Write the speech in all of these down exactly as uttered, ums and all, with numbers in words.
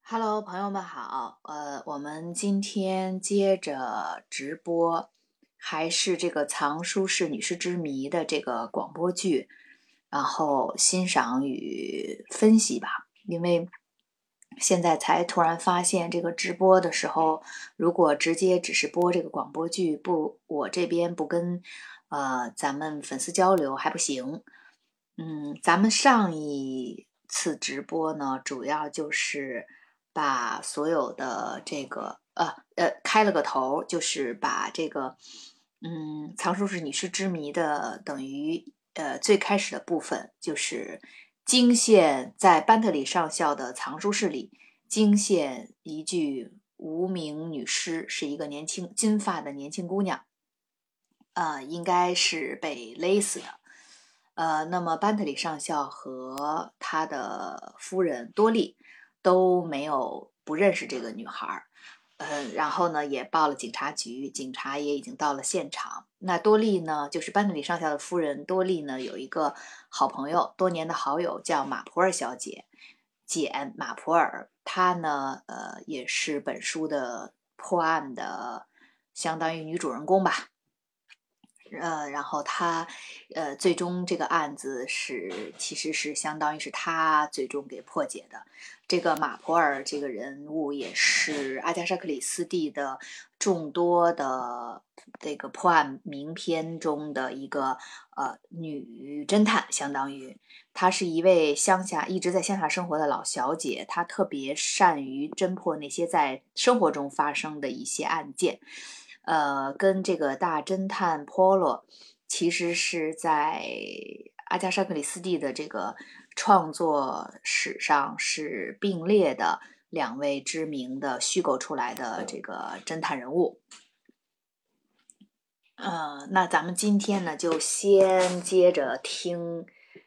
Hello，朋友们好。呃，我们今天接着直播，还是这个藏书室女尸之谜的这个广播剧，然后欣赏与分析吧。因为现在才突然发现，这个直播的时候，如果直接只是播这个广播剧，不，我这边不跟呃咱们粉丝交流还不行。嗯，咱们上一次直播呢，主要就是把所有的这个呃呃开了个头，就是把这个嗯藏书室女尸之谜的等于呃最开始的部分，就是惊现在班特里上校的藏书室里惊现一具无名女尸，是一个年轻金发的年轻姑娘，呃，应该是被勒死的。呃，那么班特里上校和他的夫人多莉都没有不认识这个女孩，呃，然后呢也报了警察局，警察也已经到了现场。那多莉呢，就是班特里上校的夫人多莉呢，有一个好朋友，多年的好友叫马普尔小姐，简马普尔，她呢，呃，也是本书的破案的相当于女主人公吧。呃，然后他，呃，最终这个案子是其实是相当于是他最终给破解的。这个马普尔这个人物也是阿加莎·克里斯蒂的众多的这个破案名篇中的一个呃女侦探，相当于她是一位乡下一直在乡下生活的老小姐，她特别善于侦破那些在生活中发生的一些案件。呃，跟这个大侦探波洛其实是在阿加莎·克里斯蒂的这个创作史上是并列的两位知名的虚构出来的这个侦探人物。呃，那咱们今天呢，就先接着听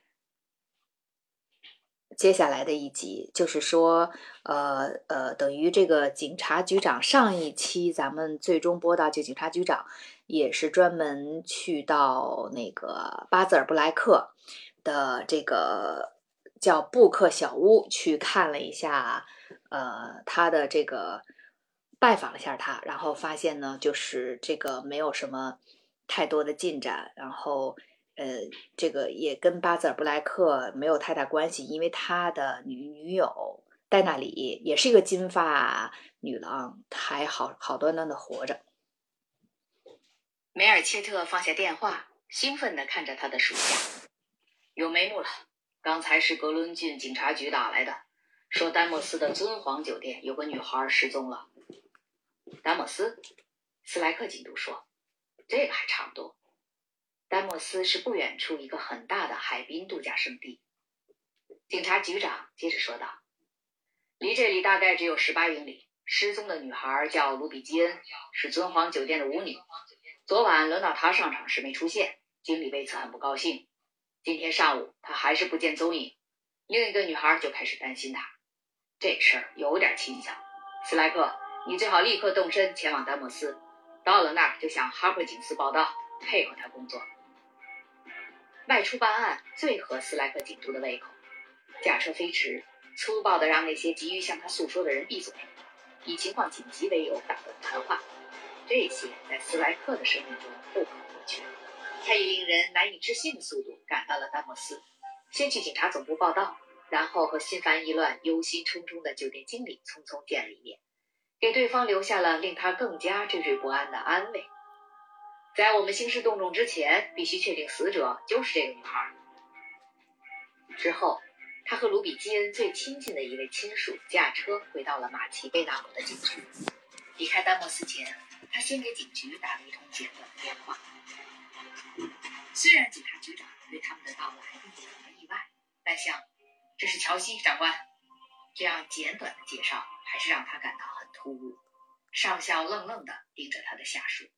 接下来的一集，就是说，呃呃，等于这个警察局长上一期咱们最终播到，这警察局长也是专门去到那个巴兹尔布莱克的这个叫布克小屋去看了一下，呃，他的这个拜访了一下他，然后发现呢，就是这个没有什么太多的进展，然后。呃，这个也跟巴兹尔布莱克没有太大关系，因为他的女女友戴娜里也是一个金发女郎，还好好端端的活着。 梅尔切特放下电话，兴奋地看着他的属下。有眉目了，刚才是格伦郡警察局打来的，说丹莫斯的尊皇酒店有个女孩失踪了。丹莫斯？斯莱克警督说，这个还差不多。丹莫斯是不远处一个很大的海滨度假胜地。警察局长接着说道，离这里大概只有十八英里。失踪的女孩叫卢比基恩，是尊皇酒店的舞女。昨晚轮到她上场时没出现，经理为此很不高兴。今天上午她还是不见踪影，另一个女孩就开始担心她。这事儿有点蹊跷。斯莱克，你最好立刻动身前往丹莫斯，到了那儿就向哈珀警司报道，配合他工作。外出办案最合斯莱克警督的胃口，驾车飞驰，粗暴地让那些急于向他诉说的人闭嘴，以情况紧急为由打断谈话，这些在斯莱克的生命中不可或缺。他以令人难以置信的速度赶到了丹莫斯，先去警察总部报道，然后和心烦意乱、忧心忡忡的酒店经理匆匆见了一面，给对方留下了令他更加惴惴不安的安慰。在我们兴师动众之前，必须确定死者就是这个女孩。之后，他和卢比基恩最亲近的一位亲属驾车回到了马奇贝纳姆的警局。离开丹莫斯前，他先给警局打了一通简短的电话。虽然警察局长对他们的到来并不感到意外，但像“这是乔西长官”这样简短的介绍，还是让他感到很突兀。上校愣愣地盯着他的下属。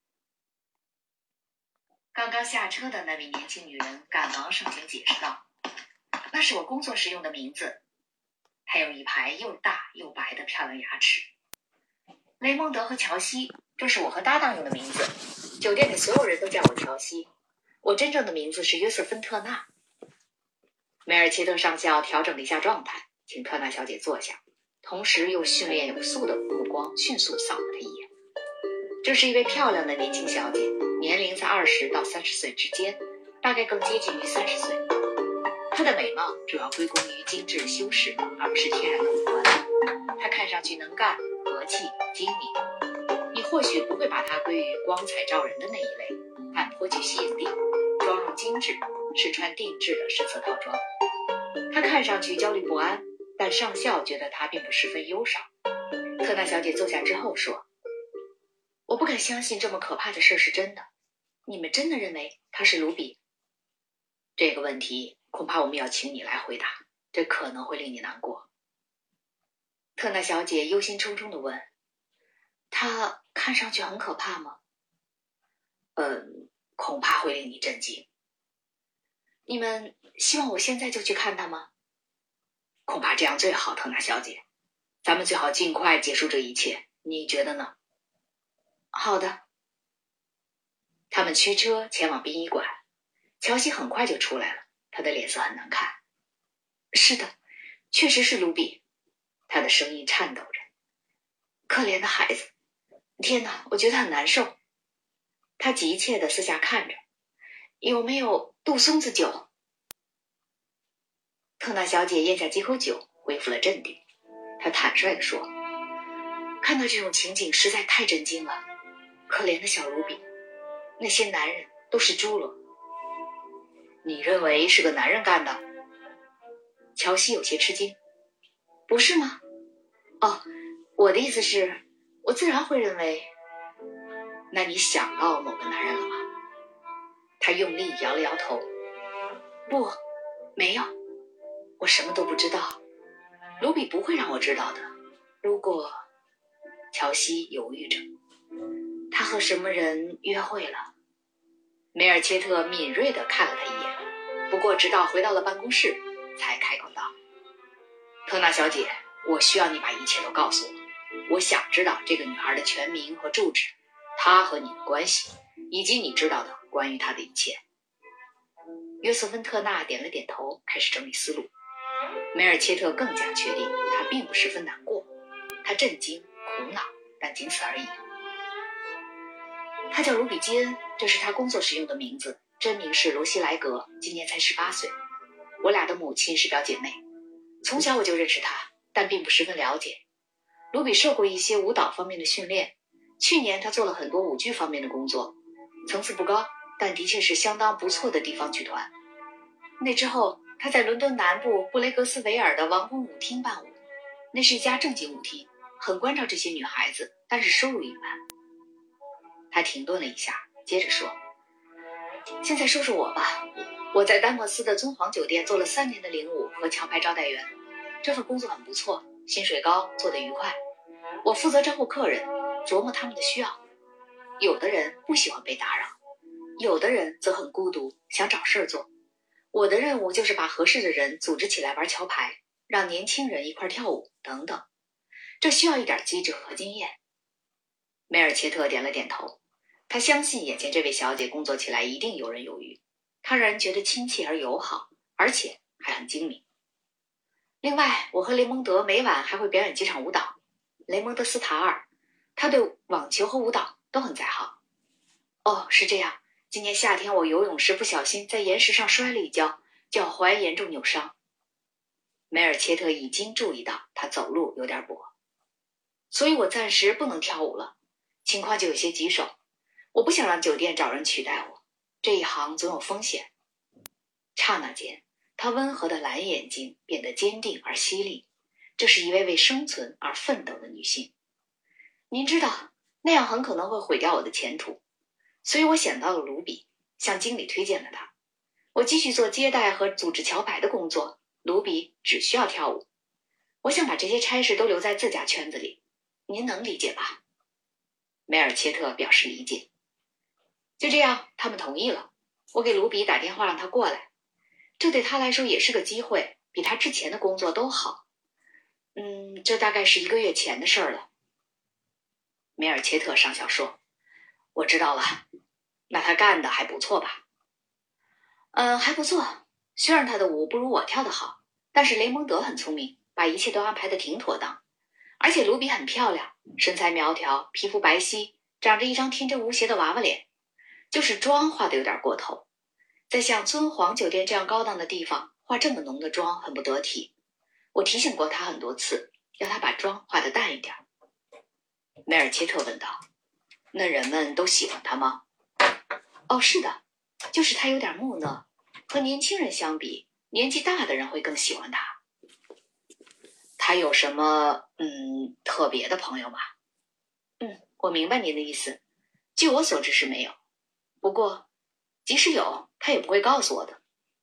刚刚下车的那位年轻女人赶忙上前解释道，那是我工作时用的名字。她有一排又大又白的漂亮牙齿。雷蒙德和乔西，这是我和搭档用的名字，酒店里所有人都叫我乔西，我真正的名字是约瑟芬特纳。梅尔切特上校调整了一下状态，请特纳小姐坐下。 同时又训练有素的目光迅速扫了他一眼。这是一位漂亮的年轻小姐，年龄在二十到三十岁之间，大概更接近于三十岁。她的美貌主要归功于精致修饰，而不是天然的五官。她看上去能干、和气、精明。你或许不会把她归于光彩照人的那一类，但颇具吸引力，妆容精致，是穿定制的深色套装。她看上去焦虑不安，但上校觉得她并不十分忧伤。特纳小姐坐下之后说，我不敢相信这么可怕的事是真的。你们真的认为他是卢比？这个问题恐怕我们要请你来回答，这可能会令你难过。特纳小姐忧心忡忡地问，他看上去很可怕吗？嗯，恐怕会令你震惊。你们希望我现在就去看他吗？恐怕这样最好，特纳小姐。咱们最好尽快结束这一切，你觉得呢？好的。他们驱车前往殡仪馆，乔西很快就出来了，他的脸色很难看。是的，确实是卢比，他的声音颤抖着。可怜的孩子，天哪，我觉得很难受。他急切地四下看着，有没有杜松子酒？特纳小姐咽下几口酒，恢复了镇定。她坦率地说，看到这种情景实在太震惊了，可怜的小卢比，那些男人都是猪猡。你认为是个男人干的？乔西有些吃惊。不是吗？哦，我的意思是，我自然会认为。那你想到某个男人了吗？他用力摇了摇头。不，没有，我什么都不知道。卢比不会让我知道的。如果……乔西犹豫着，他和什么人约会了？梅尔切特敏锐地看了他一眼，不过直到回到了办公室才开口道，特纳小姐，我需要你把一切都告诉我，我想知道这个女孩的全名和住址，她和你的关系，以及你知道的关于她的一切。约瑟芬特纳点了点头，开始整理思路。梅尔切特更加确定他并不十分难过，他震惊苦恼，但仅此而已。他叫卢比基恩，这是他工作时用的名字，真名是罗西莱格，今年才十八岁。我俩的母亲是表姐妹，从小我就认识他，但并不十分了解。卢比受过一些舞蹈方面的训练，去年他做了很多舞剧方面的工作，层次不高，但的确是相当不错的地方剧团。那之后他在伦敦南部布雷格斯维尔的王宫舞厅伴舞，那是一家正经舞厅，很关照这些女孩子，但是收入一般。他停顿了一下，接着说，现在说说我吧，我在丹莫斯的尊皇酒店做了三年的领舞和桥牌招待员，这份工作很不错，薪水高，做得愉快。我负责招呼客人，琢磨他们的需要。有的人不喜欢被打扰，有的人则很孤独，想找事儿做。我的任务就是把合适的人组织起来玩桥牌，让年轻人一块跳舞等等，这需要一点机智和经验。梅尔切特点了点头，他相信眼前这位小姐工作起来一定游刃有余，她让人觉得亲切而友好，而且还很精明。另外，我和雷蒙德每晚还会表演几场舞蹈。雷蒙德斯塔尔，他对网球和舞蹈都很在行。哦，是这样。今年夏天我游泳时不小心在岩石上摔了一跤，脚踝严重扭伤。梅尔切特已经注意到他走路有点跛，所以我暂时不能跳舞了，情况就有些棘手。我不想让酒店找人取代我，这一行总有风险。刹那间，他温和的蓝眼睛变得坚定而犀利，这是一位为生存而奋斗的女性。您知道，那样很可能会毁掉我的前途，所以我想到了卢比，向经理推荐了他。我继续做接待和组织桥牌的工作，卢比只需要跳舞。我想把这些差事都留在自家圈子里，您能理解吧？梅尔切特表示理解。就这样，他们同意了。我给卢比打电话让他过来，这对他来说也是个机会，比他之前的工作都好。嗯，这大概是一个月前的事儿了。梅尔切特上校说，我知道了，那他干的还不错吧？嗯，还不错，虽然他的舞不如我跳得好，但是雷蒙德很聪明，把一切都安排得挺妥当， 而且卢比很漂亮，身材苗条，皮肤白皙，长着一张天真无邪的娃娃脸，就是妆化得有点过头。在像尊皇酒店这样高档的地方化这么浓的妆很不得体。我提醒过他很多次，要他把妆化得淡一点。梅尔切特问道：那人们都喜欢他吗？哦，是的，就是他有点木讷，和年轻人相比，年纪大的人会更喜欢他。他有什么嗯特别的朋友吗？嗯，我明白您的意思。据我所知是没有，不过即使有，他也不会告诉我的。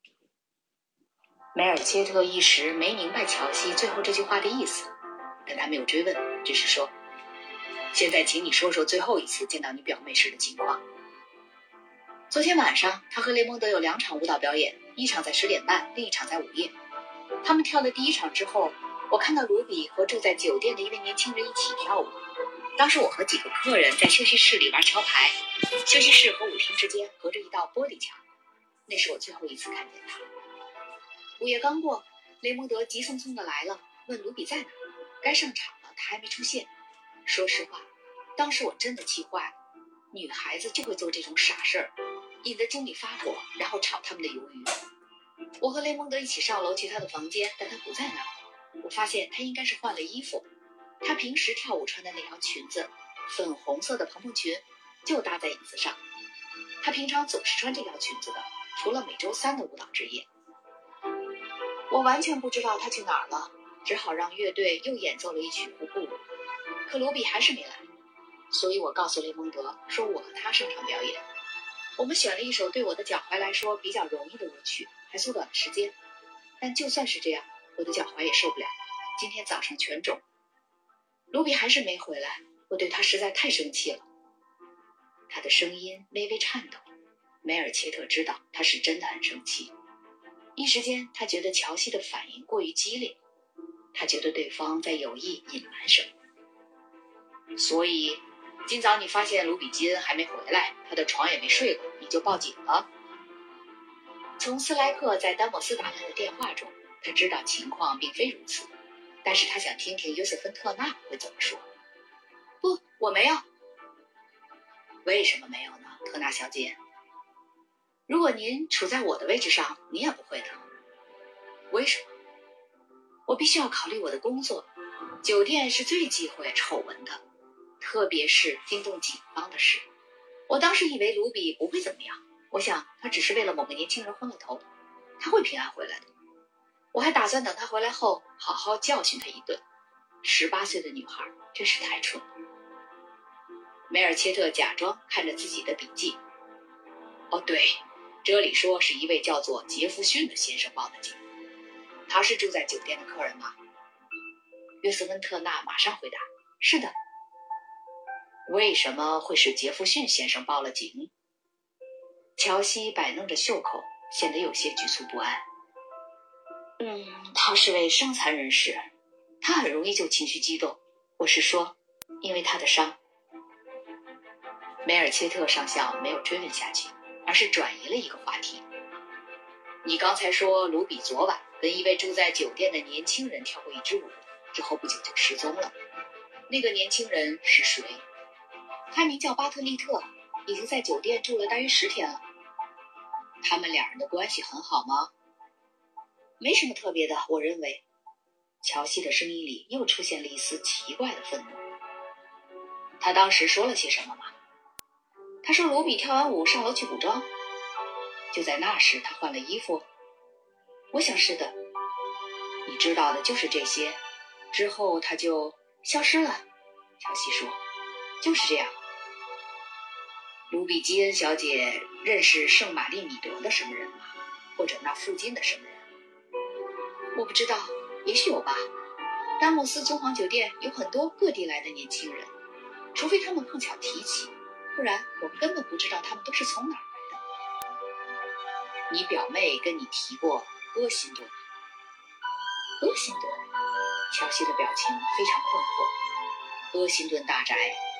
梅尔切特一时没明白乔西最后这句话的意思，但他没有追问，只是说：现在请你说说最后一次见到你表妹时的情况。昨天晚上，他和雷蒙德有两场舞蹈表演，一场在十点半，另一场在午夜。他们跳了第一场之后，我看到卢比和住在酒店的一位年轻人一起跳舞。当时我和几个客人在休息室里玩桥牌，休息室和舞厅之间隔着一道玻璃墙，那是我最后一次看见他。午夜刚过，雷蒙德急匆匆地来了，问卢比在哪，该上场了，他还没出现。说实话，当时我真的气坏了，女孩子就会做这种傻事儿，引得经理发火，然后炒他们的鱿鱼。我和雷蒙德一起上楼去他的房间，但他不在那儿。我发现他应该是换了衣服，他平时跳舞穿的那条裙子，粉红色的蓬蓬裙，就搭在椅子上。他平常总是穿这条裙子的，除了每周三的舞蹈之夜。我完全不知道他去哪儿了，只好让乐队又演奏了一曲胡布舞。可卢比还是没来，所以我告诉雷蒙德说我和他上场表演。我们选了一首对我的脚踝来说比较容易的舞曲，还缩短了时间。但就算是这样，我的脚踝也受不了，今天早上全肿。卢比还是没回来，我对他实在太生气了。他的声音微微颤抖，梅尔切特知道他是真的很生气。一时间，他觉得乔西的反应过于激烈，他觉得对方在有意隐瞒什么。所以，今早你发现卢比基恩还没回来，他的床也没睡过，你就报警了。从斯莱克在丹莫斯打来的电话中，他知道情况并非如此，但是他想听听约瑟芬特纳会怎么说。不，我没有。为什么没有呢，特纳小姐？如果您处在我的位置上，你也不会的。为什么？我必须要考虑我的工作，酒店是最忌讳丑闻的，特别是惊动警方的事。我当时以为卢比不会怎么样，我想他只是为了某个年轻人昏了头，他会平安回来的。我还打算等他回来后好好教训他一顿。十八岁的女孩真是太蠢了。梅尔切特假装看着自己的笔记。哦，对，这里说是一位叫做杰弗逊的先生报的警。他是住在酒店的客人吗？约瑟芬特纳马上回答：是的。为什么会是杰弗逊先生报了警？乔西摆弄着袖口，显得有些局促不安。嗯，他是位伤残人士，他很容易就情绪激动。我是说，因为他的伤。梅尔切特上校没有追问下去，而是转移了一个话题。你刚才说卢比昨晚跟一位住在酒店的年轻人跳过一支舞，之后不久就失踪了。那个年轻人是谁？他名叫巴特利特，已经在酒店住了大约十天了。他们两人的关系很好吗？没什么特别的，我认为。乔西的声音里又出现了一丝奇怪的愤怒。他当时说了些什么吗？他说卢比跳完舞上楼去补妆，就在那时他换了衣服。我想是的。你知道的就是这些，之后他就消失了。乔西说，就是这样。卢比基恩小姐认识圣玛丽米德的什么人吗？或者那附近的什么人？我不知道，也许有吧。丹莫斯尊皇酒店有很多各地来的年轻人，除非他们碰巧提起，不然我根本不知道他们都是从哪儿来的。你表妹跟你提过戈辛顿？戈辛顿？乔西的表情非常困惑。戈辛顿大宅？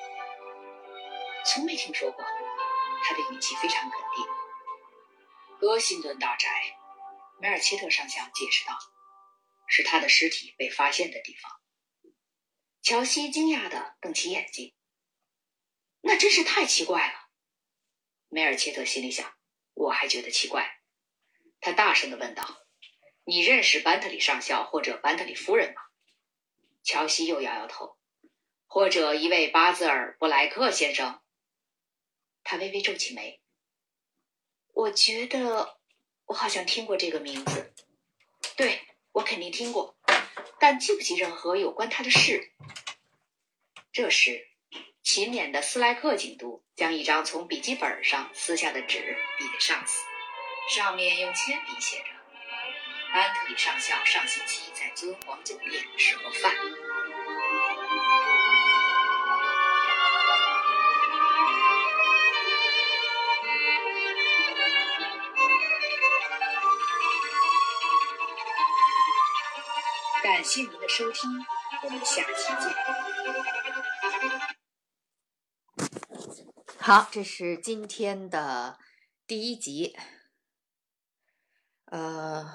从没听说过。他的语气非常肯定。戈辛顿大宅，梅尔切特上校解释道，是他的尸体被发现的地方。 乔西惊讶地瞪起眼睛。那真是太奇怪了。梅尔切特心里想，我还觉得奇怪。他大声地问道，你认识班特里上校或者班特里夫人吗？乔西又摇摇头。或者一位巴兹尔·布莱克先生？他微微皱起眉。我觉得我好像听过这个名字。对，我肯定听过，但记不起任何有关他的事。这时，勤勉的斯莱克警督将一张从笔记本上撕下的纸递给上司，上面用铅笔写着：班特里上校上星期在尊皇酒店吃过饭。感谢您的收听，我们下期见。 好，这是今天的第一集。呃，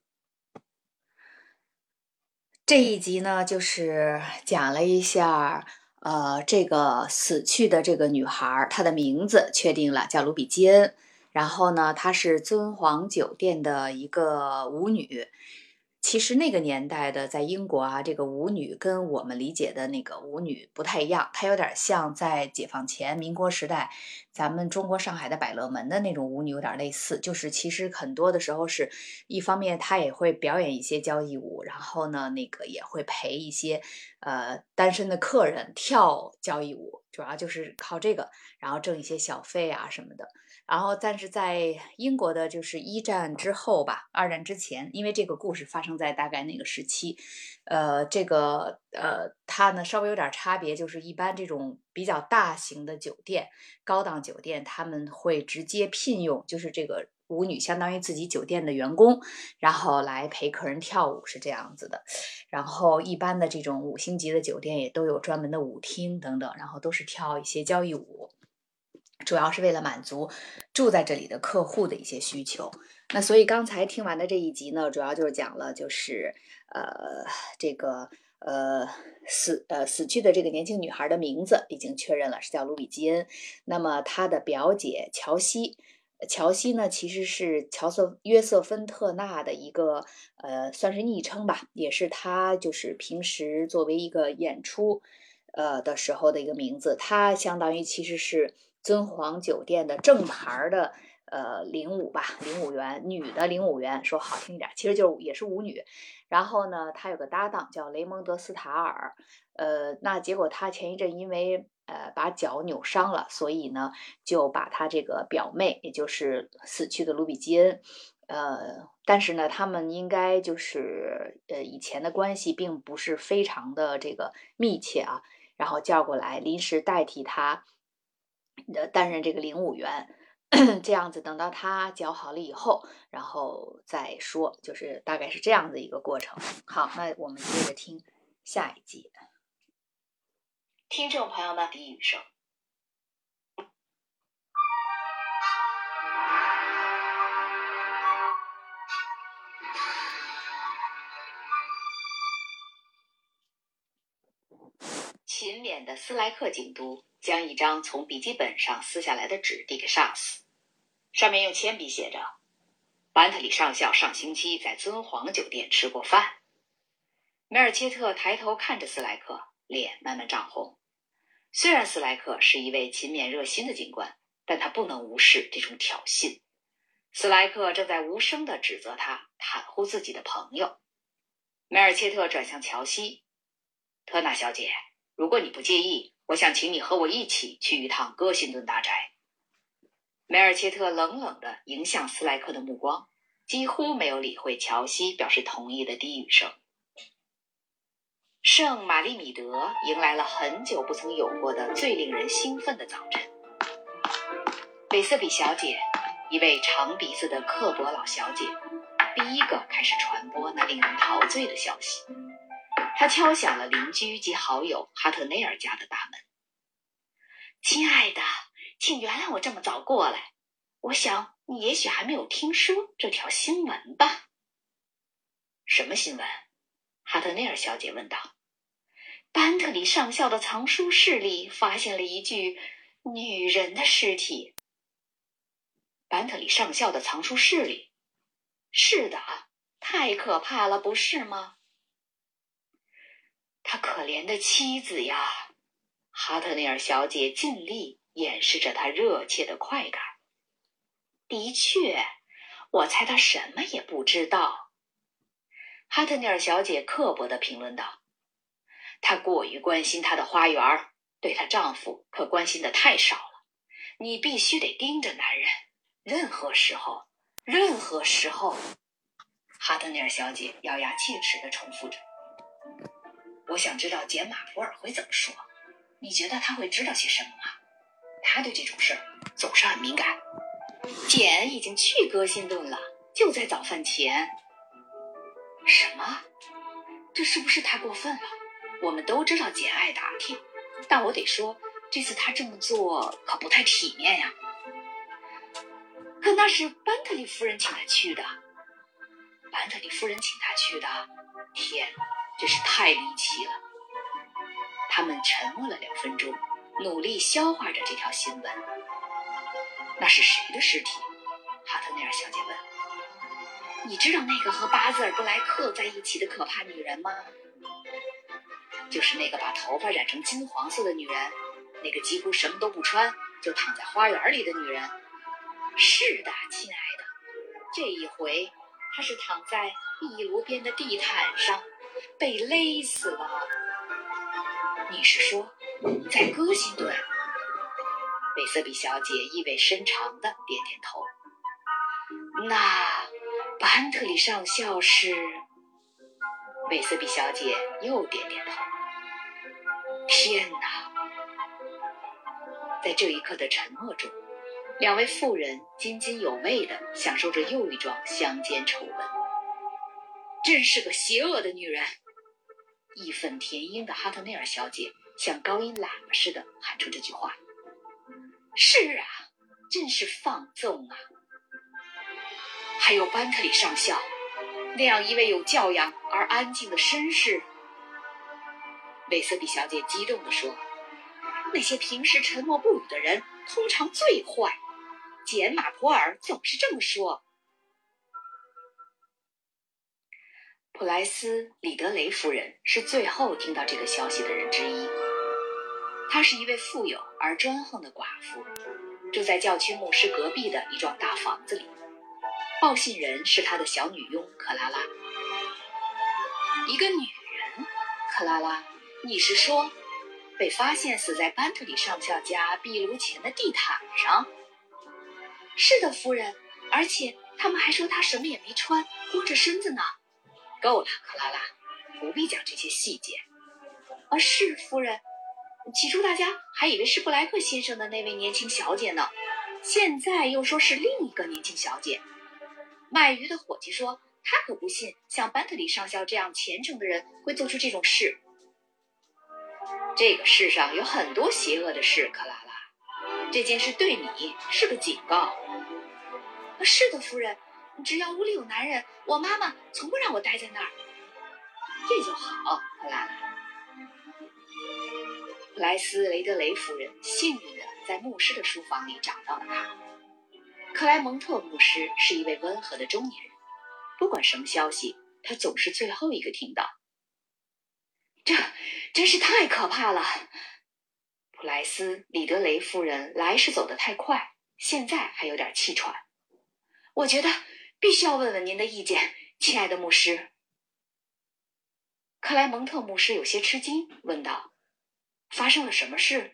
这一集呢，就是讲了一下，呃，这个死去的这个女孩，她的名字确定了，叫卢比基恩。然后呢，她是尊皇酒店的一个舞女。其实那个年代的，在英国啊，这个舞女跟我们理解的那个舞女不太一样，它有点像在解放前民国时代，咱们中国上海的百乐门的那种舞女有点类似，就是其实很多的时候是一方面她也会表演一些交际舞，然后呢，那个也会陪一些呃单身的客人跳交谊舞，主要就是靠这个，然后挣一些小费啊什么的。然后，但是在英国的，就是一战之后吧，二战之前，因为这个故事发生在大概那个时期，呃，这个呃，它呢稍微有点差别，就是一般这种比较大型的酒店、高档酒店，他们会直接聘用，就是这个舞女相当于自己酒店的员工，然后来陪客人跳舞，是这样子的。然后一般的这种五星级的酒店也都有专门的舞厅等等，然后都是跳一些交谊舞。主要是为了满足住在这里的客户的一些需求。那所以刚才听完的这一集呢，主要就是讲了，就是呃这个呃死呃死去的这个年轻女孩的名字已经确认了，是叫卢比基恩。那么她的表姐乔西，乔西呢其实是乔瑟约瑟芬特纳的一个呃算是昵称吧，也是她就是平时作为一个演出呃的时候的一个名字。她相当于其实是尊皇酒店的正牌的呃领舞吧，领舞员，女的领舞员，说好听一点，其实就是也是舞女。然后呢，她有个搭档叫雷蒙德斯塔尔，呃，那结果她前一阵因为呃把脚扭伤了，所以呢就把她这个表妹，也就是死去的卢比基恩，呃，但是呢，他们应该就是呃以前的关系并不是非常的这个密切啊，然后叫过来临时代替她。呃，担任这个领舞员，这样子等到他脚好了以后，然后再说，就是大概是这样的一个过程。好，那我们接着听下一集。 听众朋友们，俚语声。勤勉的斯莱克警督将一张从笔记本上撕下来的纸递给上司，上面用铅笔写着：班特里上校上星期在尊皇酒店吃过饭。梅尔切特抬头看着斯莱克，脸慢慢涨红。虽然斯莱克是一位勤勉热心的警官，但他不能无视这种挑衅。斯莱克正在无声地指责他袒护自己的朋友。梅尔切特转向乔西：特纳小姐，如果你不介意，我想请你和我一起去一趟戈辛顿大宅。梅尔切特冷冷地迎向斯莱克的目光，几乎没有理会乔西表示同意的低语声。圣玛丽米德迎来了很久不曾有过的最令人兴奋的早晨。韦瑟比小姐，一位长鼻子的刻薄老小姐，第一个开始传播那令人陶醉的消息。她敲响了邻居及好友哈特内尔家的大门。亲爱的，请原谅我这么早过来，我想你也许还没有听说这条新闻吧？什么新闻？哈特内尔小姐问道。 班特里上校的藏书室里发现了一具女人的尸体。班特里上校的藏书室里？是的，太可怕了，不是吗？他可怜的妻子呀！哈特内尔小姐尽力掩饰着她热切的快感。的确，我猜她什么也不知道。哈特内尔小姐刻薄地评论道：“她过于关心她的花园，对她丈夫可关心的太少了。你必须得盯着男人，任何时候，任何时候。”哈特内尔小姐咬牙切齿地重复着：“我想知道简马普尔会怎么说。你觉得他会知道些什么吗？他对这种事儿总是很敏感。简已经去哥辛顿了，就在早饭前。”什么？这是不是太过分了？我们都知道简爱打听，但我得说，这次他这么做可不太体面呀。可那是班特利夫人请他去的。班特利夫人请他去的？天，真是太离奇了。他们沉默了两分钟，努力消化着这条新闻。那是谁的尸体？哈特内尔小姐问。你知道那个和巴兹尔布莱克在一起的可怕女人吗？就是那个把头发染成金黄色的女人，那个几乎什么都不穿就躺在花园里的女人。是的，亲爱的，这一回她是躺在壁炉边的地毯上，被勒死了。你是说在哥辛顿？韦瑟比小姐意味深长地点点头。那班特里上校是？韦瑟比小姐又点点头。天哪！在这一刻的沉默中，两位妇人津津有味地享受着又一桩乡间丑闻。真是个邪恶的女人！义愤填膺的哈特内尔小姐像高音喇叭似的喊出这句话。是啊，真是放纵啊！还有班特里上校，那样一位有教养而安静的绅士。韦瑟比小姐激动地说，那些平时沉默不语的人通常最坏。简马普尔总是这么说。普莱斯里德雷夫人是最后听到这个消息的人之一。她是一位富有而专横的寡妇，住在教区牧师隔壁的一幢大房子里。报信人是她的小女佣克拉拉。一个女人？克拉拉，你是说被发现死在班特里上校家壁炉前的地毯上？是的，夫人，而且他们还说她什么也没穿，光着身子呢。够了，克拉拉，不必讲这些细节。啊，是夫人，起初大家还以为是布莱克先生的那位年轻小姐呢，现在又说是另一个年轻小姐。卖鱼的伙计说，他可不信像班特里上校这样虔诚的人会做出这种事。这个世上有很多邪恶的事，克拉拉，这件事对你是个警告。是的，夫人，只要屋里有男人，我妈妈从不让我待在那儿。这就好，克拉拉。普莱斯雷德雷夫人幸运地在牧师的书房里找到了他。克莱蒙特牧师是一位温和的中年人，不管什么消息，他总是最后一个听到。这真是太可怕了！普莱斯里德雷夫人来时走得太快，现在还有点气喘。我觉得必须要问问您的意见，亲爱的牧师。克莱蒙特牧师有些吃惊，问道：发生了什么事？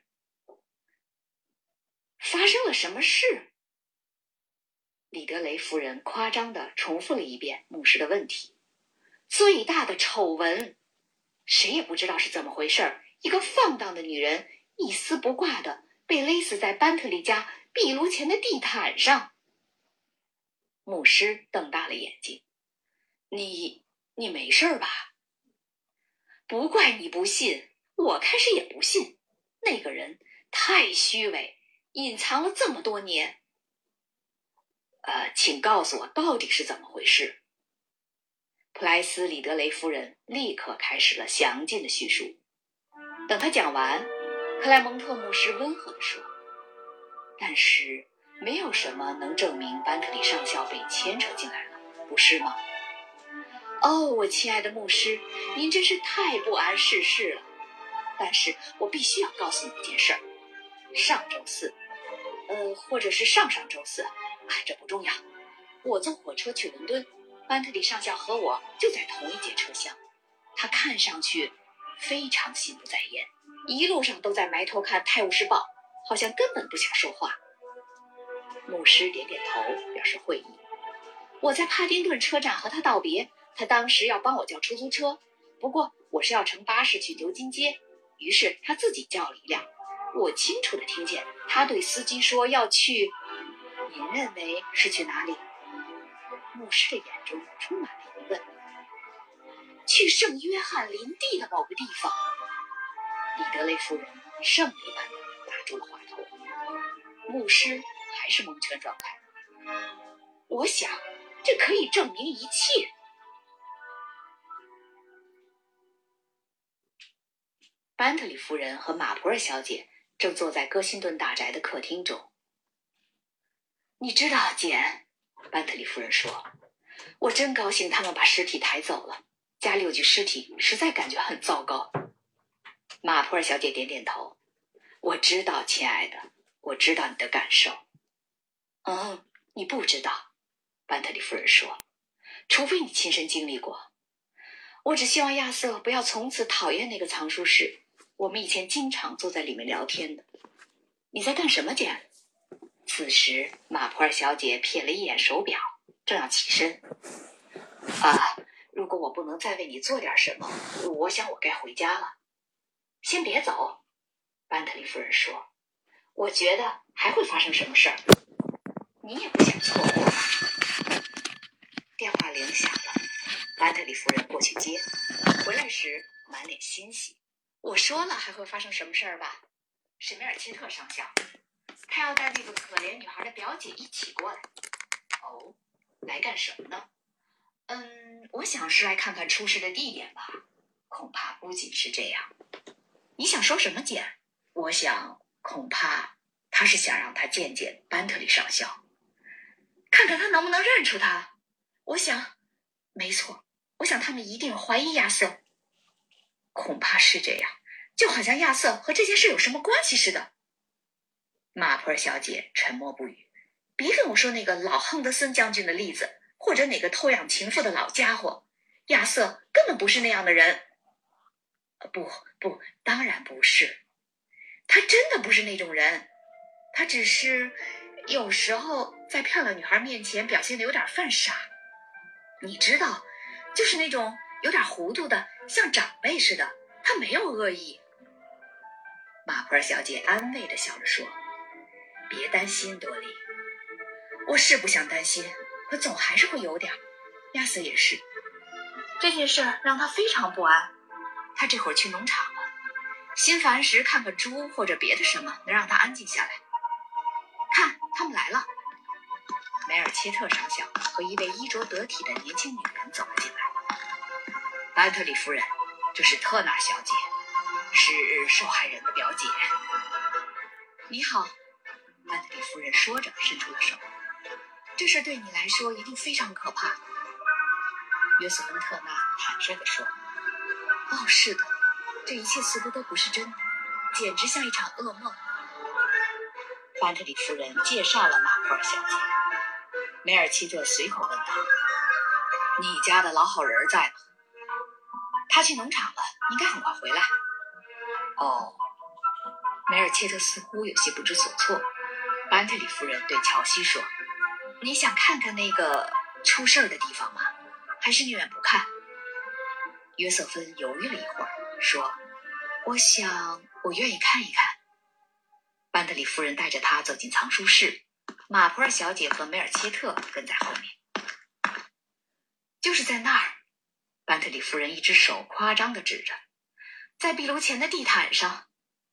发生了什么事？里德雷夫人夸张地重复了一遍牧师的问题。最大的丑闻，谁也不知道是怎么回事，一个放荡的女人一丝不挂地被勒死在班特里家壁炉前的地毯上。牧师瞪大了眼睛。你你没事吧？不怪你不信，我开始也不信。那个人太虚伪，隐藏了这么多年。呃，请告诉我到底是怎么回事。普莱斯里德雷夫人立刻开始了详尽的叙述。 等他讲完，克莱蒙特牧师温和地说：“但是没有什么能证明班特里上校被牵扯进来了，不是吗？”哦，我亲爱的牧师，您真是太不谙世事了。但是我必须要告诉你一件事儿。上周四，呃，或者是上上周四，哎，这不重要。我坐火车去伦敦，班特里上校和我就在同一节车厢。他看上去非常心不在焉，一路上都在埋头看《泰晤士报》，好像根本不想说话。牧师点点头，表示会意。我在帕丁顿车站和他道别，他当时要帮我叫出租车，不过我是要乘巴士去牛津街，于是他自己叫了一辆。我清楚地听见他对司机说要去，您认为是去哪里？牧师的眼中充满了疑问。去圣约翰林地的某个地方。李德雷夫人圣雷般地打住了话头。牧师还是蒙圈状态。我想这可以证明一切。班特里夫人和马普尔小姐正坐在戈辛顿大宅的客厅中。你知道，简，班特里夫人说，我真高兴他们把尸体抬走了。家里有具尸体，实在感觉很糟糕。马普尔小姐点点头。我知道，亲爱的，我知道你的感受。嗯，你不知道，班特里夫人说，除非你亲身经历过。我只希望亚瑟不要从此讨厌那个藏书室，我们以前经常坐在里面聊天的。你在干什么，简？此时马普尔小姐瞥了一眼手表，正要起身。啊，如果我不能再为你做点什么，我想我该回家了。先别走，班特里夫人说，我觉得还会发生什么事儿。你也不想错过吧？电话铃响了，班特里夫人过去接，回来时满脸欣喜。我说了还会发生什么事儿吧？是梅尔切特上校，他要带那个可怜女孩的表姐一起过来。哦，来干什么呢？嗯，我想是来看看出事的地点吧。恐怕不仅是这样。你想说什么，简？我想，恐怕他是想让他见见班特里上校，看看他能不能认出他。我想，没错，我想他们一定怀疑亚瑟。恐怕是这样，就好像亚瑟和这件事有什么关系似的。马普尔小姐沉默不语。别跟我说那个老亨德森将军的例子，或者哪个偷养情妇的老家伙。亚瑟根本不是那样的人。不不，当然不是。他真的不是那种人。他只是有时候在漂亮女孩面前表现得有点犯傻。你知道，就是那种有点糊涂的，像长辈似的。他没有恶意。马普尔小姐安慰地笑着说，别担心，多莉。我是不想担心，可总还是会有点。亚瑟也是。这件事让他非常不安。他这会儿去农场了，心烦时看看猪或者别的什么，能让他安静下来。看，他们来了。梅尔切特上校和一位衣着得体的年轻女人走了进来。班特里夫人，这是特纳小姐，是受害人的表姐。你好，班特里夫人说着伸出了手。这事对你来说一定非常可怕。约瑟芬特纳坦率地说。哦，是的，这一切似乎都不是真的，简直像一场噩梦。班特里夫人介绍了马普尔小姐。梅尔切特随口问道，你家的老好人在吗？他去农场了，应该很快回来。哦，梅尔切特似乎有些不知所措。班特里夫人对乔西说，你想看看那个出事的地方吗？还是宁愿不看？约瑟芬犹豫了一会儿，说，我想我愿意看一看。班特里夫人带着他走进藏书室，马普尔小姐和梅尔切特跟在后面。就是在那儿，班特里夫人一只手夸张地指着，在壁炉前的地毯上。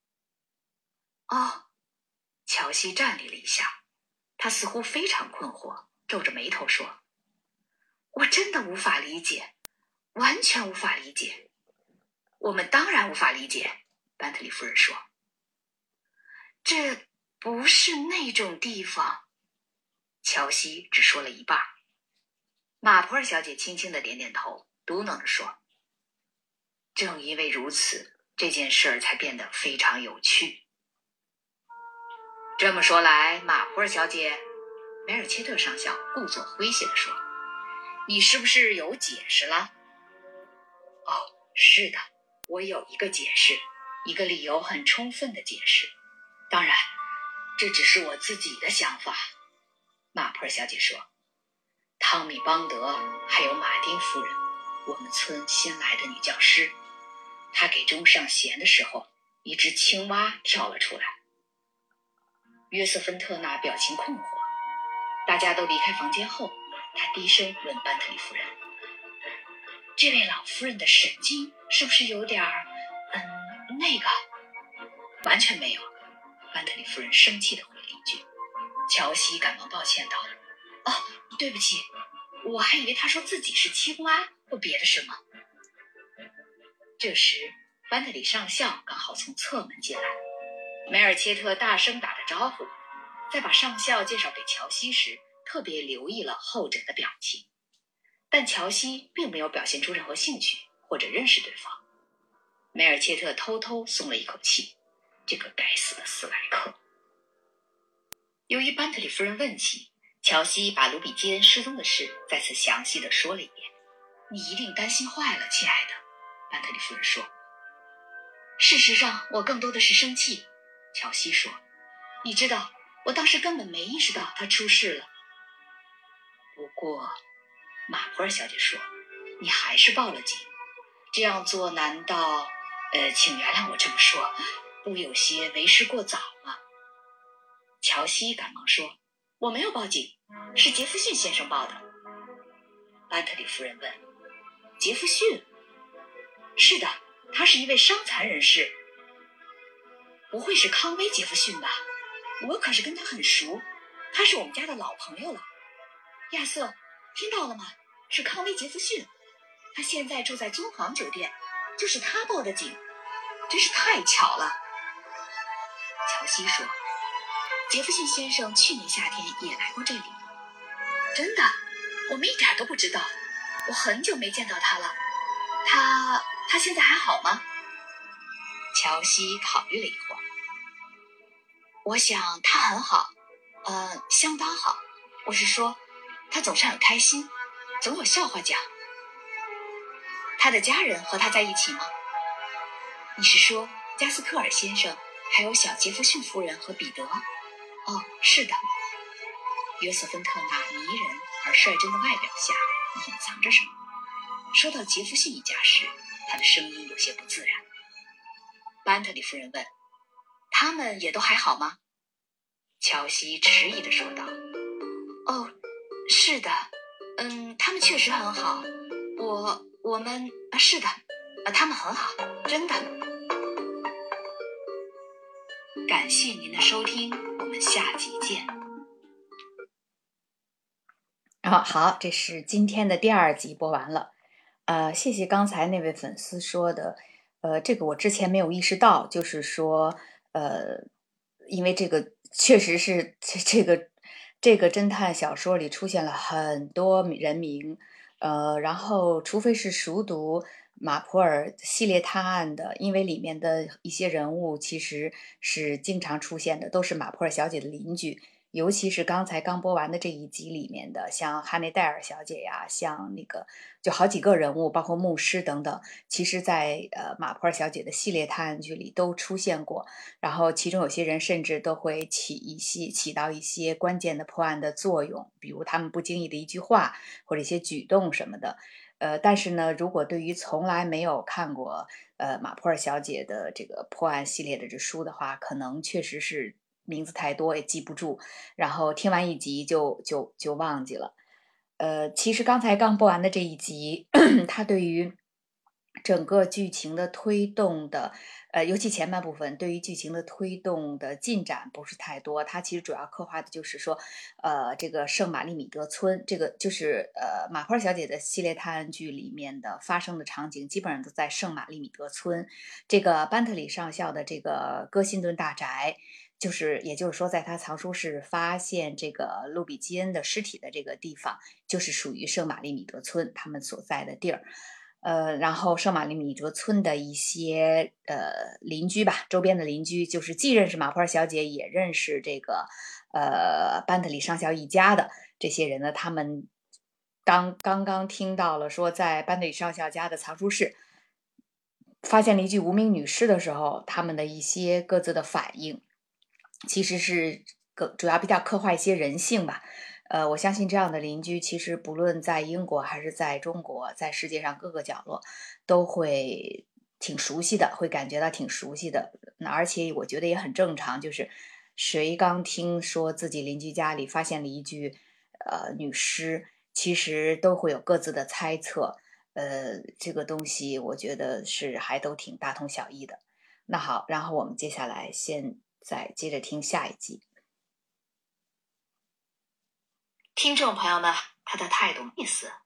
哦，乔西站立了一下，他似乎非常困惑，皱着眉头说，我真的无法理解，完全无法理解。我们当然无法理解， 班特里夫人说。这不是那种地方。乔西只说了一半。马普尔小姐轻轻地点点头，嘟囔着说，正因为如此，这件事儿才变得非常有趣。这么说来，马普尔小姐，梅尔切特上校故作诙谐地说，你是不是有解释了？哦，是的，我有一个解释，一个理由很充分的解释。当然，这只是我自己的想法。马普尔小姐说，汤米·邦德还有马丁夫人，我们村新来的女教师，她给钟上弦的时候，一只青蛙跳了出来。约瑟芬特纳表情困惑。大家都离开房间后，他低声问班特里夫人，这位老夫人的神经是不是有点儿嗯那个？完全没有。班特里夫人生气地回了一句。乔西赶忙抱歉道，哦，对不起，我还以为他说自己是青蛙或别的什么。这时班特里上校刚好从侧门进来，梅尔切特大声打着招呼，在把上校介绍给乔西时特别留意了后者的表情，但乔西并没有表现出任何兴趣或者认识对方。梅尔切特偷偷松了一口气，这个该死的斯莱克。由于班特里夫人问起，乔西把卢比基恩失踪的事再次详细地说了一遍。你一定担心坏了，亲爱的，班特里夫人说。事实上，我更多的是生气，乔西说。你知道，我当时根本没意识到他出事了。不过，马普尔小姐说，你还是报了警。这样做难道……呃，请原谅我这么说，不有些为时过早吗？乔西赶忙说，我没有报警，是杰弗逊先生报的。班特里夫人问，杰弗逊？是的，他是一位伤残人士。不会是康威·杰弗逊吧？我可是跟他很熟，他是我们家的老朋友了。亚瑟，听到了吗？是康威·杰弗逊，他现在住在尊皇酒店，就是他报的警，真是太巧了。乔西说，杰弗逊先生去年夏天也来过这里。真的？我们一点都不知道，我很久没见到他了。他他现在还好吗？乔西考虑了一会儿。我想他很好，呃，相当好。我是说，他总是很开心，总有笑话讲。他的家人和他在一起吗？你是说加斯科尔先生，还有小杰弗逊夫人和彼得？哦，是的。约瑟芬特纳迷人而率真的外表下隐藏着什么？说到杰弗逊一家时，他的声音有些不自然。班特里夫人问，他们也都还好吗？乔西迟疑地说道，哦，是的，嗯，他们确实很好。我我们啊，是的，啊，他们很好，真的。感谢您的收听，我们下集见。 啊，好，这是今天的第二集播完了。呃，谢谢刚才那位粉丝说的，呃，这个我之前没有意识到，就是说，呃，因为这个确实是这这个这个侦探小说里出现了很多人名，呃，然后除非是熟读马普尔系列探案的，因为里面的一些人物其实是经常出现的，都是马普尔小姐的邻居。尤其是刚才刚播完的这一集里面的，像哈内戴尔小姐呀，像那个就好几个人物，包括牧师等等，其实在呃马普尔小姐的系列探案剧里都出现过。然后其中有些人甚至都会起一些起到一些关键的破案的作用，比如他们不经意的一句话或者一些举动什么的。呃，但是呢，如果对于从来没有看过呃马普尔小姐的这个破案系列的这书的话，可能确实是名字太多也记不住，然后听完一集就就就忘记了。呃，其实刚才刚播完的这一集，它对于整个剧情的推动的，呃，尤其前半部分对于剧情的推动的进展不是太多。它其实主要刻画的就是说，呃，这个圣玛丽米德村，这个就是呃马普尔小姐的系列探案剧里面的发生的场景，基本上都在圣玛丽米德村。这个班特里上校的这个哥辛顿大宅，就是也就是说，在他藏书室发现这个路比基恩的尸体的这个地方，就是属于圣玛丽米德村他们所在的地儿。呃，然后圣玛丽米德村的一些呃邻居吧，周边的邻居，就是既认识马普尔小姐，也认识这个呃班特里上校一家的这些人呢，他们刚刚刚听到了说，在班特里上校家的藏书室发现了一具无名女尸的时候，他们的一些各自的反应，其实是个主要比较刻画一些人性吧。呃，我相信这样的邻居，其实不论在英国还是在中国，在世界上各个角落，都会挺熟悉的，会感觉到挺熟悉的。那而且我觉得也很正常，就是谁刚听说自己邻居家里发现了一具呃女尸，其实都会有各自的猜测。呃，这个东西我觉得是还都挺大同小异的。那好，然后我们接下来先再接着听下一集。 听众朋友们，他的态度意思。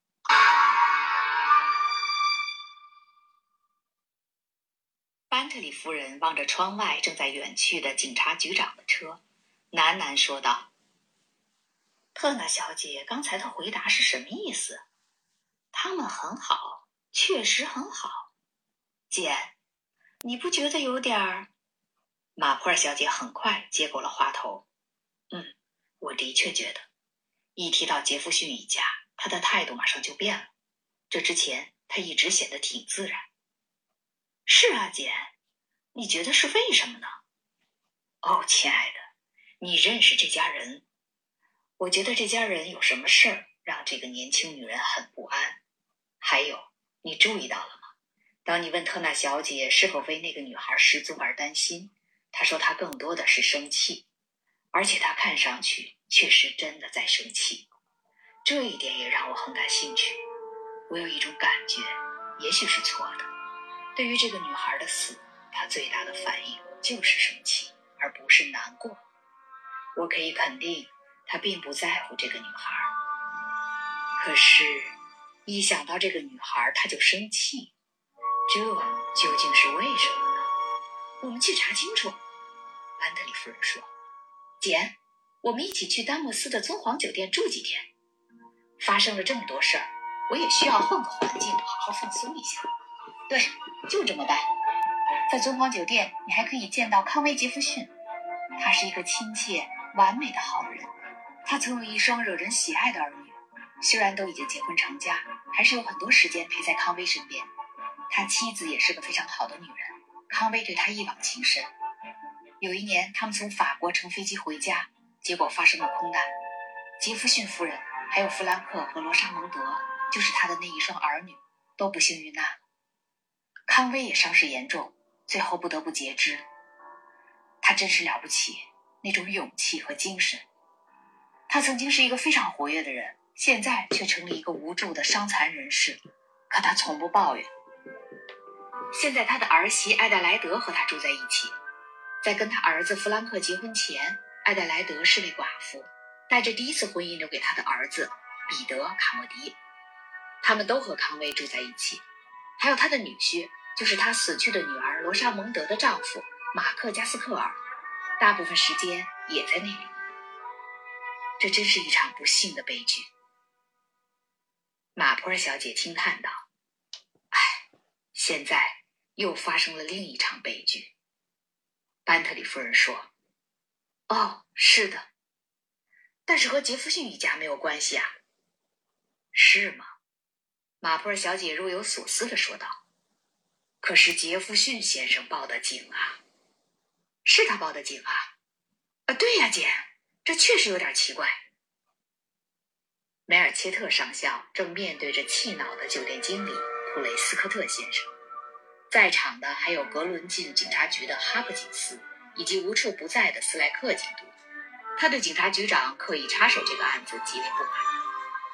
班特里夫人望着窗外正在远去的警察局长的车，喃喃说道：“特纳小姐刚才的回答是什么意思？他们很好，确实很好。姐，你不觉得有点儿……”马普尔小姐很快接过了话头：“嗯，我的确觉得。”一提到杰弗逊一家，他的态度马上就变了。这之前他一直显得挺自然。是啊，姐，你觉得是为什么呢？哦，亲爱的，你认识这家人。我觉得这家人有什么事儿让这个年轻女人很不安。还有，你注意到了吗？当你问特纳小姐是否为那个女孩失踪而担心，她说她更多的是生气，而且她看上去确实真的在生气。这一点也让我很感兴趣。我有一种感觉，也许是错的。对于这个女孩的死，她最大的反应就是生气，而不是难过。我可以肯定，她并不在乎这个女孩。可是，一想到这个女孩，她就生气，这究竟是为什么呢？我们去查清楚。班特里夫人说：“姐，我们一起去丹莫斯的尊皇酒店住几天。发生了这么多事儿，我也需要换个环境，好好放松一下。对，就这么办。在尊皇酒店，你还可以见到康威·杰弗逊，他是一个亲切、完美的好人。他曾有一双惹人喜爱的儿女，虽然都已经结婚成家，还是有很多时间陪在康威身边。他妻子也是个非常好的女人，康威对他一往情深。有一年，他们从法国乘飞机回家，结果发生了空难。杰弗逊夫人还有弗兰克和罗莎蒙德，就是他的那一双儿女，都不幸遇难。康威也伤势严重，最后不得不截肢。他真是了不起，那种勇气和精神。他曾经是一个非常活跃的人，现在却成了一个无助的伤残人士，可他从不抱怨。现在他的儿媳艾黛莱德和他住在一起。在跟他儿子弗兰克结婚前，艾黛莱德是位寡妇，带着第一次婚姻留给他的儿子彼得·卡莫迪。他们都和康威住在一起，还有他的女婿，就是他死去的女儿罗莎蒙德的丈夫马克·加斯克尔，大部分时间也在那里。这真是一场不幸的悲剧。马普尔小姐轻叹道：“唉，现在又发生了另一场悲剧。”班特里夫人说：“哦，是的，但是和杰弗逊一家没有关系啊。”“是吗？”马普尔小姐若有所思地说道。“可是杰弗逊先生报的警啊。”“是他报的警啊。”“啊，对呀，姐，这确实有点奇怪。”梅尔切特上校正面对着气恼的酒店经理普雷斯科特先生，在场的还有格伦郡警察局的哈珀金斯以及无处不在的斯莱克警督。他对警察局长刻意插手这个案子极为不满。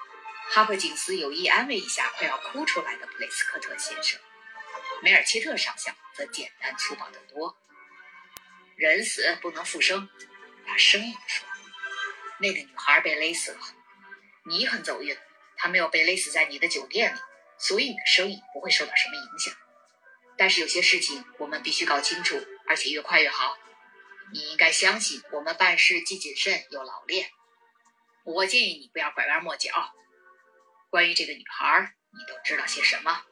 哈珀金斯有意安慰一下快要哭出来的普雷斯科特先生，梅尔切特上校则简单粗暴得多。人死不能复生，他生硬地说，那个女孩被勒死了，你很走运，她没有被勒死在你的酒店里，所以你的生意不会受到什么影响。但是有些事情我们必须搞清楚，而且越快越好。你应该相信我们办事既谨慎又老练。我建议你不要拐弯抹角。关于这个女孩，你都知道些什么？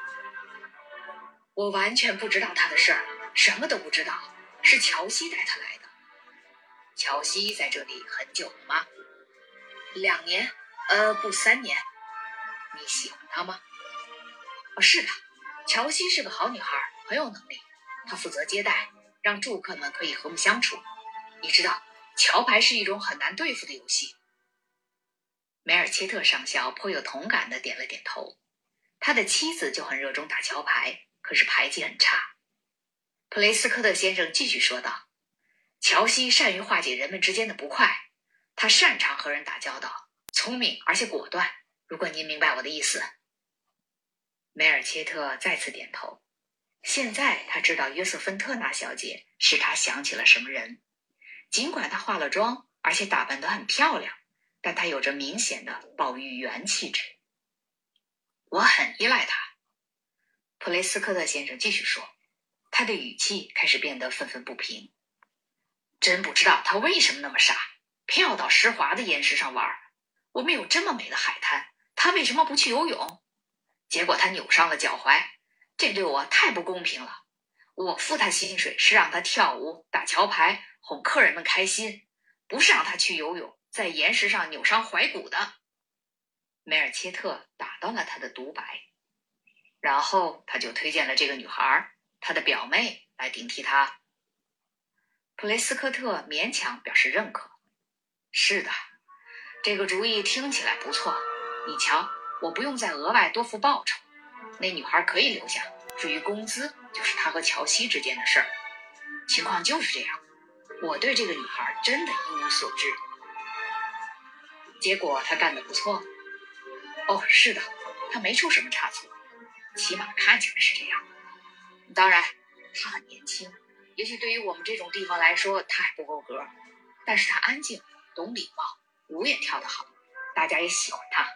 我完全不知道她的事儿，什么都不知道，是乔西带她来的。乔西在这里很久了吗？两年，呃，不，三年。你喜欢她吗？哦，是的，乔西是个好女孩，很有能力。她负责接待，让住客们可以和睦相处。你知道，桥牌是一种很难对付的游戏。梅尔切特上校颇有同感地点了点头。他的妻子就很热衷打桥牌，可是牌技很差。普雷斯科特先生继续说道，乔西善于化解人们之间的不快，他擅长和人打交道，聪明而且果断，如果您明白我的意思。梅尔切特再次点头。现在他知道约瑟芬特纳小姐使他想起了什么人。尽管她化了妆，而且打扮得很漂亮，但她有着明显的鲍玉元气质。我很依赖她。普雷斯科特先生继续说，他的语气开始变得愤愤不平。真不知道他为什么那么傻，偏要到湿滑的岩石上玩。我们有这么美的海滩，他为什么不去游泳？结果他扭伤了脚踝，这对我太不公平了。我付他薪水是让他跳舞、打桥牌，哄客人们开心，不是让他去游泳，在岩石上扭伤踝骨的。梅尔切特打断了他的独白，然后他就推荐了这个女孩，他的表妹，来顶替他。普雷斯科特勉强表示认可。是的，这个主意听起来不错。你瞧，我不用再额外多付报酬，那女孩可以留下，至于工资，就是她和乔西之间的事儿。情况就是这样，我对这个女孩真的一无所知。结果她干得不错。哦，是的，她没出什么差错，起码看起来是这样。当然，她很年轻，也许对于我们这种地方来说，她还不够格，但是她安静，懂礼貌，舞也跳得好，大家也喜欢她。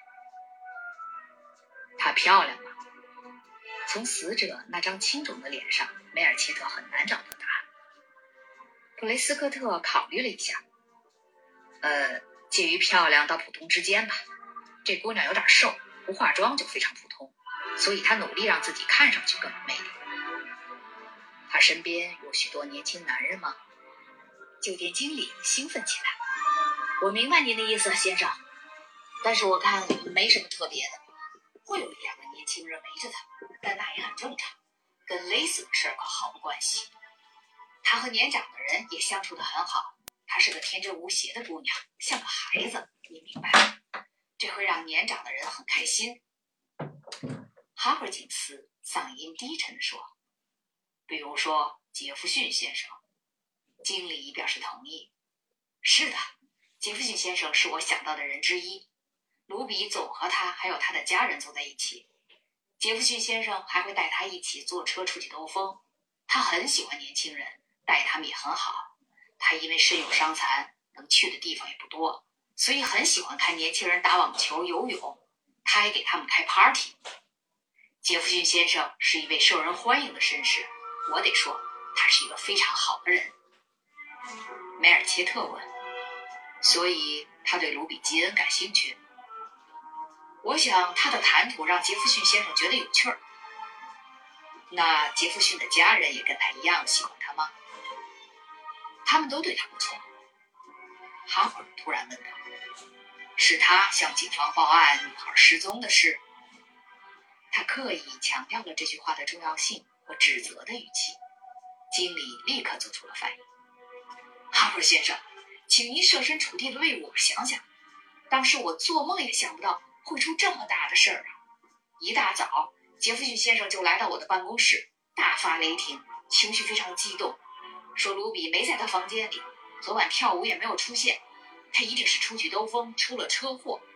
她漂亮吗？从死者那张青肿的脸上，梅尔切特很难找到答案。普雷斯科特考虑了一下，呃，介于漂亮到普通之间吧。这姑娘有点瘦，不化妆就非常普通，所以她努力让自己看上去更有魅力。她身边有许多年轻男人吗？酒店经理兴奋起来。我明白您的意思，先生，但是我看没什么特别的，会有一两个年轻人围着她，但那也很正常，跟勒死的事儿可毫无关系。她和年长的人也相处得很好，她是个天真无邪的姑娘，像个孩子，你明白吗？这会让年长的人很开心。哈珀金斯嗓音低沉地说，比如说杰弗逊先生。经理表示同意。是的，杰弗逊先生是我想到的人之一。卢比总和他还有他的家人坐在一起。杰弗逊先生还会带他一起坐车出去兜风。他很喜欢年轻人，待他们也很好。他因为身有伤残，能去的地方也不多，所以很喜欢看年轻人打网球、游泳。他还给他们开 party。 杰弗逊先生是一位受人欢迎的绅士，我得说他是一个非常好的人。梅尔切特问，所以他对卢比基恩感兴趣？我想他的谈吐让杰弗逊先生觉得有趣儿。那杰弗逊的家人也跟他一样喜欢他吗？他们都对他不错。哈珀突然问道，是他向警方报案女孩失踪的事？他刻意强调了这句话的重要性和指责的语气。经理立刻做出了反应。哈珀先生，请您设身处地的为我想想，当时我做梦也想不到会出这么大的事儿啊！一大早，杰弗逊先生就来到我的办公室，大发雷霆，情绪非常激动，说卢比没在他房间里，昨晚跳舞也没有出现，他一定是出去兜风出了车祸。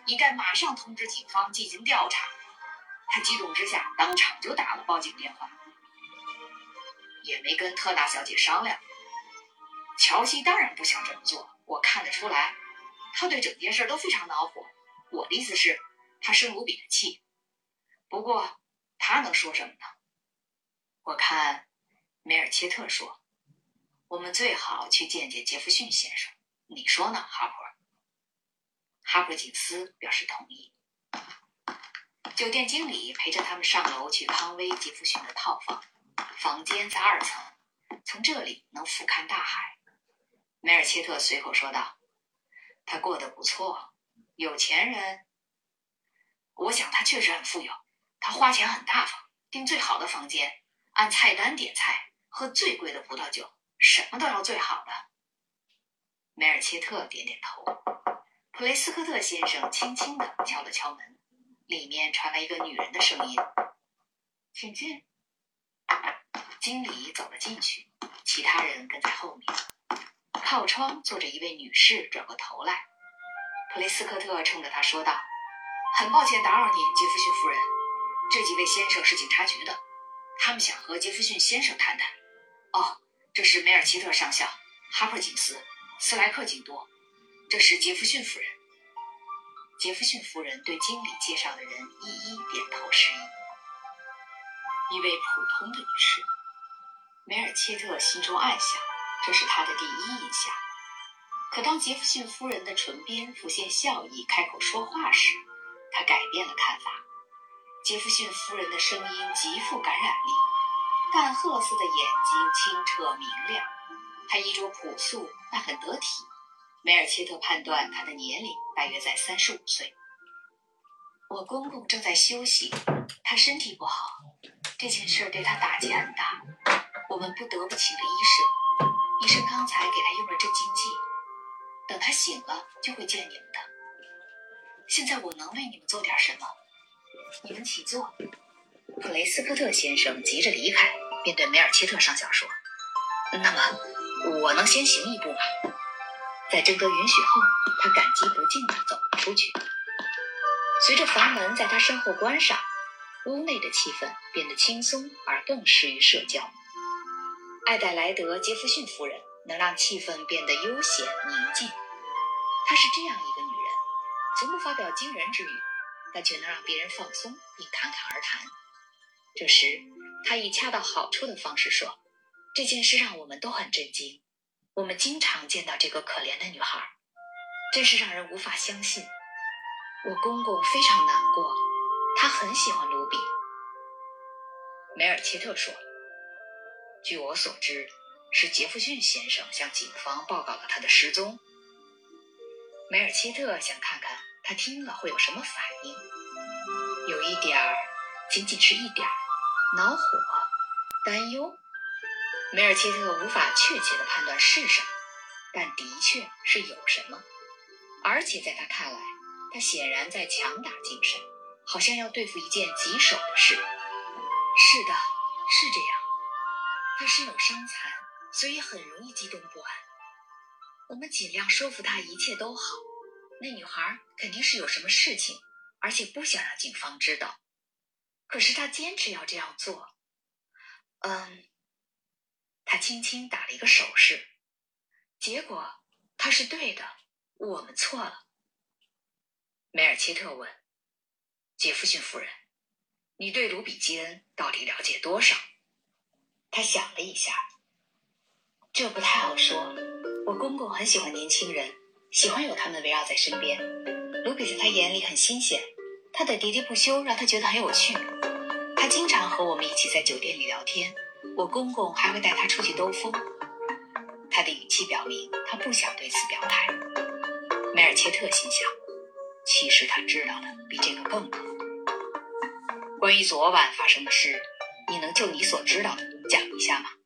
应该马上通知警方进行调查。他激动之下当场就打了报警电话，也没跟特纳小姐商量。乔西当然不想这么做，我看得出来，他对整件事都非常恼火。我的意思是，他生卢比的气。不过他能说什么呢？我看梅尔切特说，我们最好去见见杰弗逊先生，你说呢，哈珀？哈珀警司表示同意。酒店经理陪着他们上楼去康威·杰弗逊的套房，房间在二层，从这里能俯瞰大海。梅尔切特随口说道：“他过得不错，有钱人。我想他确实很富有，他花钱很大方，订最好的房间，按菜单点菜，喝最贵的葡萄酒，什么都要最好的。”梅尔切特点点头。普雷斯科特先生轻轻地敲了敲门，里面传来一个女人的声音：“请进。”经理走了进去，其他人跟在后面。靠窗坐着一位女士，转过头来。普雷斯科特冲着她说道：“很抱歉打扰你，杰弗逊夫人。这几位先生是警察局的，他们想和杰弗逊先生谈谈。哦，这是梅尔奇特上校、哈珀警司、斯莱克警督，这是杰弗逊夫人。”杰弗逊夫人对经理介绍的人一一点头示意。一位普通的女士，梅尔切特心中暗想，这是他的第一印象。可当杰弗逊夫人的唇边浮现笑意，开口说话时，他改变了看法。杰弗逊夫人的声音极富感染力，淡褐色的眼睛清澈明亮，她衣着朴素但很得体。梅尔切特判断她的年龄大约在三十五岁。我公公正在休息，他身体不好，这件事对他打击很大，我们不得不请了医生。医生刚才给他用了镇静剂，等他醒了就会见你们的。现在我能为你们做点什么？你们请坐。普雷斯科特先生急着离开，便对梅尔切特上校说：“那么我能先行一步吗？”在征得允许后，他感激不尽地走了出去。随着房门在他身后关上，屋内的气氛变得轻松而更适于社交。艾黛莱德·杰弗逊夫人能让气氛变得悠闲宁静。她是这样一个女人，从不发表惊人之语，但却能让别人放松并侃侃而谈。这时，她以恰到好处的方式说：“这件事让我们都很震惊。我们经常见到这个可怜的女孩，真是让人无法相信。我公公非常难过，他很喜欢卢比。”梅尔切特说：“据我所知，是杰弗逊先生向警方报告了他的失踪。”梅尔切特想看看他听了会有什么反应，有一点儿，仅仅是一点儿，恼火、担忧。梅尔切特无法确切地判断是什么，但的确是有什么，而且在他看来，他显然在强打精神，好像要对付一件棘手的事。是的，是这样。他身有伤残，所以很容易激动不安。我们尽量说服他一切都好，那女孩肯定是有什么事情，而且不想让警方知道。可是他坚持要这样做。嗯，他轻轻打了一个手势。结果他是对的，我们错了。梅尔切特问：“杰弗逊夫人，你对卢比基恩到底了解多少？”他想了一下：“这不太好说。我公公很喜欢年轻人，喜欢有他们围绕在身边。卢比在他眼里很新鲜，他的喋喋不休让他觉得很有趣。他经常和我们一起在酒店里聊天，我公公还会带他出去兜风。”他的语气表明他不想对此表态。梅尔切特心想，其实他知道的比这个更多。关于昨晚发生的事，你能就你所知道的讲一下吗？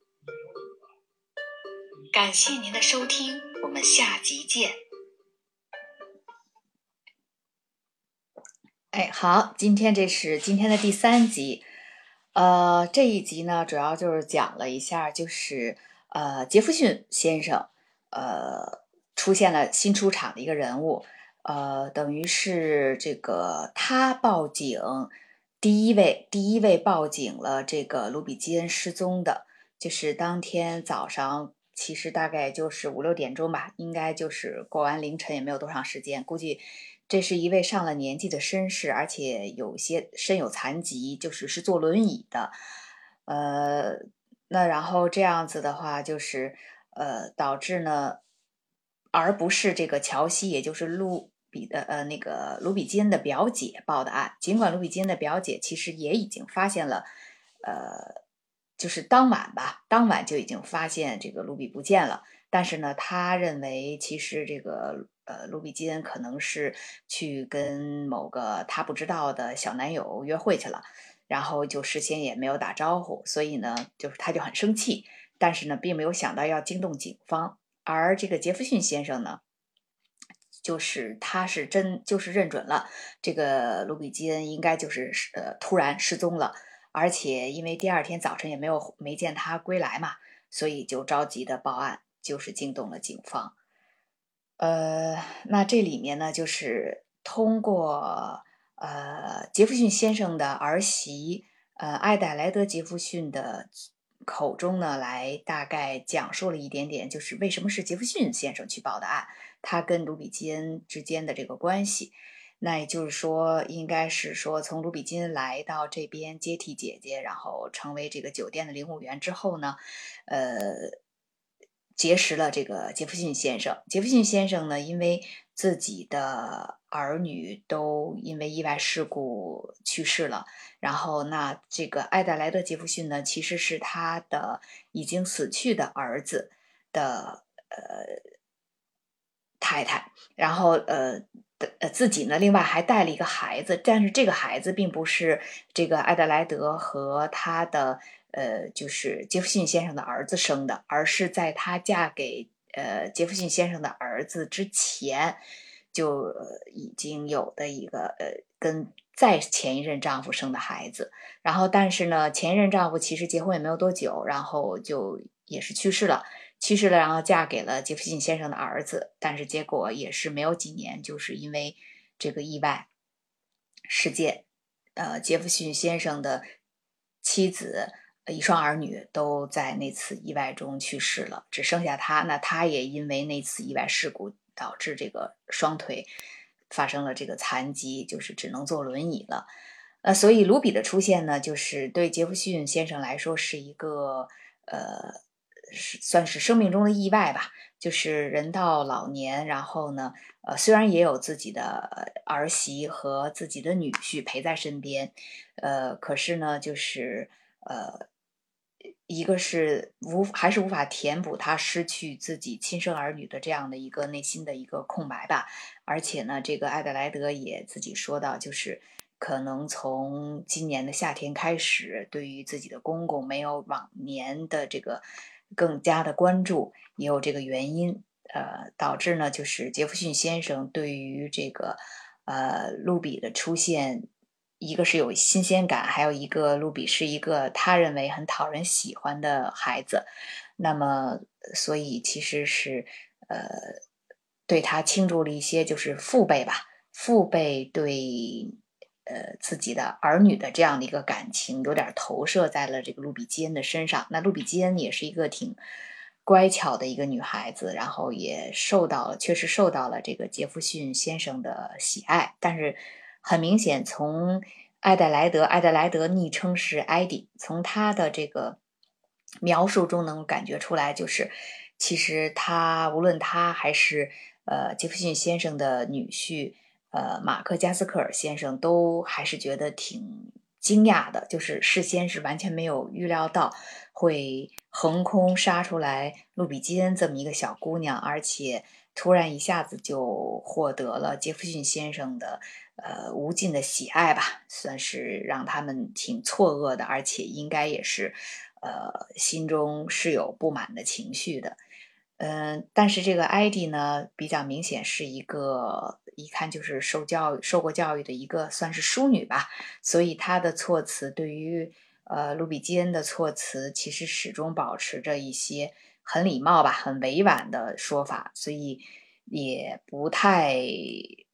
感谢您的收听，我们下集见。 哎，好，今天这是今天的第三集。呃，这一集呢，主要就是讲了一下，就是呃，杰弗逊先生，呃，出现了新出场的一个人物。 呃，等于是这个他报警，第一位第一位报警了这个卢比基恩失踪的，就是当天早上，其实大概就是五六点钟吧，应该就是过完凌晨也没有多长时间，估计这是一位上了年纪的绅士，而且有些身有残疾，就是是坐轮椅的，呃，那然后这样子的话，就是呃导致呢。而不是这个乔西，也就是卢比的呃那个卢比基恩的表姐报的案。尽管卢比基恩的表姐其实也已经发现了，呃，就是当晚吧，当晚就已经发现这个卢比不见了。但是呢，他认为其实这个呃卢比基恩可能是去跟某个他不知道的小男友约会去了，然后就事先也没有打招呼，所以呢，就是他就很生气，但是呢，并没有想到要惊动警方。而这个杰弗逊先生呢，就是他是真就是认准了这个卢比基恩应该就是呃突然失踪了，而且因为第二天早晨也没有没见他归来嘛，所以就着急的报案，就是惊动了警方。呃，那这里面呢，就是通过呃杰弗逊先生的儿媳呃艾黛莱德·杰弗逊的口中呢，来大概讲述了一点点，就是为什么是杰弗逊先生去报的案，他跟卢比基恩之间的这个关系。那也就是说，应该是说从卢比基恩来到这边接替姐姐，然后成为这个酒店的领务员之后呢，呃，结识了这个杰弗逊先生。杰弗逊先生呢，因为自己的儿女都因为意外事故去世了，然后那这个艾德莱德·杰弗逊呢，其实是他的已经死去的儿子的呃太太，然后呃。呃，自己呢，另外还带了一个孩子，但是这个孩子并不是这个艾德莱德和他的呃，就是杰弗逊先生的儿子生的，而是在她嫁给呃杰弗逊先生的儿子之前就、呃、已经有的一个呃跟再前一任丈夫生的孩子。然后，但是呢，前一任丈夫其实结婚也没有多久，然后就也是去世了。去世了，然后嫁给了杰弗逊先生的儿子，但是结果也是没有几年，就是因为这个意外事件，呃，杰弗逊先生的妻子、呃一双儿女都在那次意外中去世了，只剩下他。那他也因为那次意外事故导致这个双腿发生了这个残疾，就是只能坐轮椅了。呃，所以卢比的出现呢，就是对杰弗逊先生来说是一个呃。是算是生命中的意外吧，就是人到老年，然后呢，呃，虽然也有自己的儿媳和自己的女婿陪在身边，呃，可是呢，就是呃，一个是无还是无法填补他失去自己亲生儿女的这样的一个内心的一个空白吧，而且呢，这个艾德莱德也自己说到，就是可能从今年的夏天开始，对于自己的公公没有往年的这个更加的关注，也有这个原因，呃，导致呢，就是杰弗逊先生对于这个呃露比的出现，一个是有新鲜感，还有一个露比是一个他认为很讨人喜欢的孩子，那么所以其实是呃对他倾注了一些就是父辈吧，父辈对。呃，自己的儿女的这样的一个感情，有点投射在了这个卢比基恩的身上。那卢比基恩也是一个挺乖巧的一个女孩子，然后也受到了，确实受到了这个杰弗逊先生的喜爱。但是很明显，从艾德莱德，艾德莱德昵称是艾迪，从他的这个描述中能感觉出来，就是其实他无论他还是呃杰弗逊先生的女婿。呃，马克加斯克尔先生都还是觉得挺惊讶的，就是事先是完全没有预料到会横空杀出来路比基恩这么一个小姑娘，而且突然一下子就获得了杰弗逊先生的呃无尽的喜爱吧，算是让他们挺错愕的，而且应该也是呃心中是有不满的情绪的。嗯，但是这个艾迪呢，比较明显是一个一看就是受教育、受过教育的一个算是淑女吧，所以她的措辞对于呃卢比基恩的措辞，其实始终保持着一些很礼貌吧、很委婉的说法，所以也不太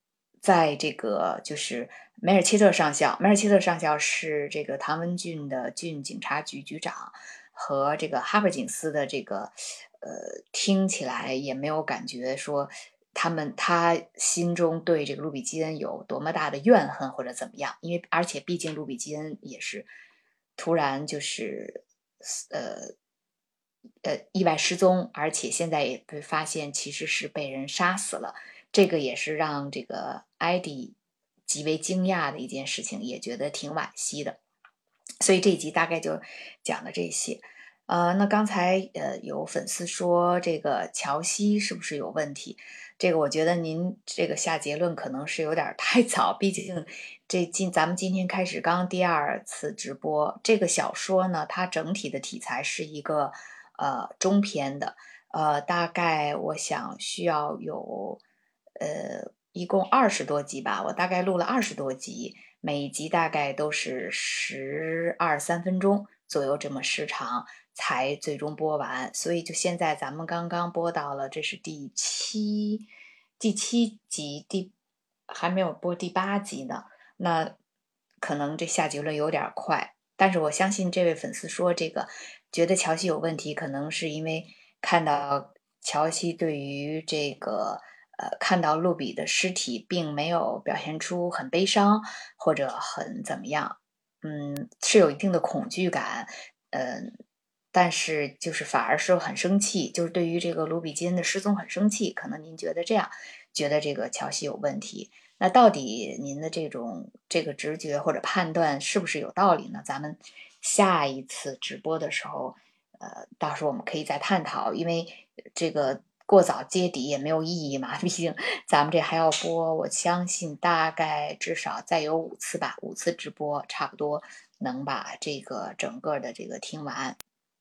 在这个就是梅尔切特上校，梅尔切特上校是这个唐文郡的郡警察局局长，和这个哈珀警司的这个呃，听起来也没有感觉说他们他心中对这个卢比基恩有多么大的怨恨或者怎么样，因为而且毕竟卢比基恩也是突然就是呃呃意外失踪，而且现在也被发现其实是被人杀死了，这个也是让这个艾迪极为惊讶的一件事情，也觉得挺惋惜的。所以这一集大概就讲了这些。呃，那刚才呃有粉丝说这个乔西是不是有问题？这个我觉得您这个下结论可能是有点太早，毕竟这今咱们今天开始刚第二次直播。这个小说呢，它整体的题材是一个呃中篇的，呃，大概我想需要有呃一共二十多集吧，我大概录了二十多集。每一集大概都是十二三分钟左右这么时长才最终播完，所以就现在咱们刚刚播到了，这是第七第七集，第还没有播第八集呢。那可能这下结论有点快，但是我相信这位粉丝说这个觉得乔西有问题，可能是因为看到乔西对于这个。呃，看到露比的尸体，并没有表现出很悲伤或者很怎么样，嗯，是有一定的恐惧感，嗯，但是就是反而是很生气，就是对于这个卢比基恩的失踪很生气。可能您觉得这样，觉得这个乔西有问题，那到底您的这种这个直觉或者判断是不是有道理呢？咱们下一次直播的时候，呃，到时候我们可以再探讨，因为这个。过早揭底也没有意义嘛，毕竟咱们这还要播，我相信大概至少再有五次吧，五次直播差不多能把这个整个的这个听完。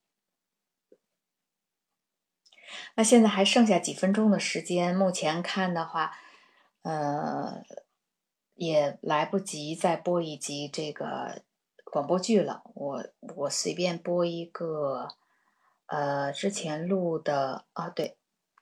那现在还剩下几分钟的时间，目前看的话，呃，也来不及再播一集这个广播剧了。我我随便播一个，呃，之前录的啊，对。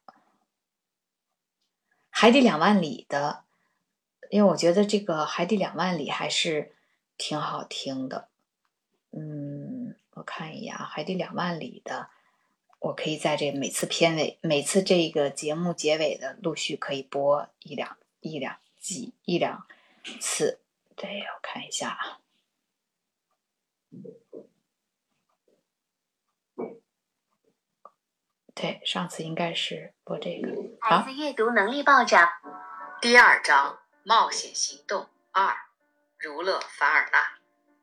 海底两万里的，因为我觉得这个海底两万里还是挺好听的。嗯，我看一眼啊，海底两万里的，我可以在这每次片尾、每次这个节目结尾的陆续可以播一两一两集一两次。对，我看一下啊。对，上次应该是播这个。 孩子阅读能力暴涨。第二章：冒险行动二，儒勒·凡尔纳。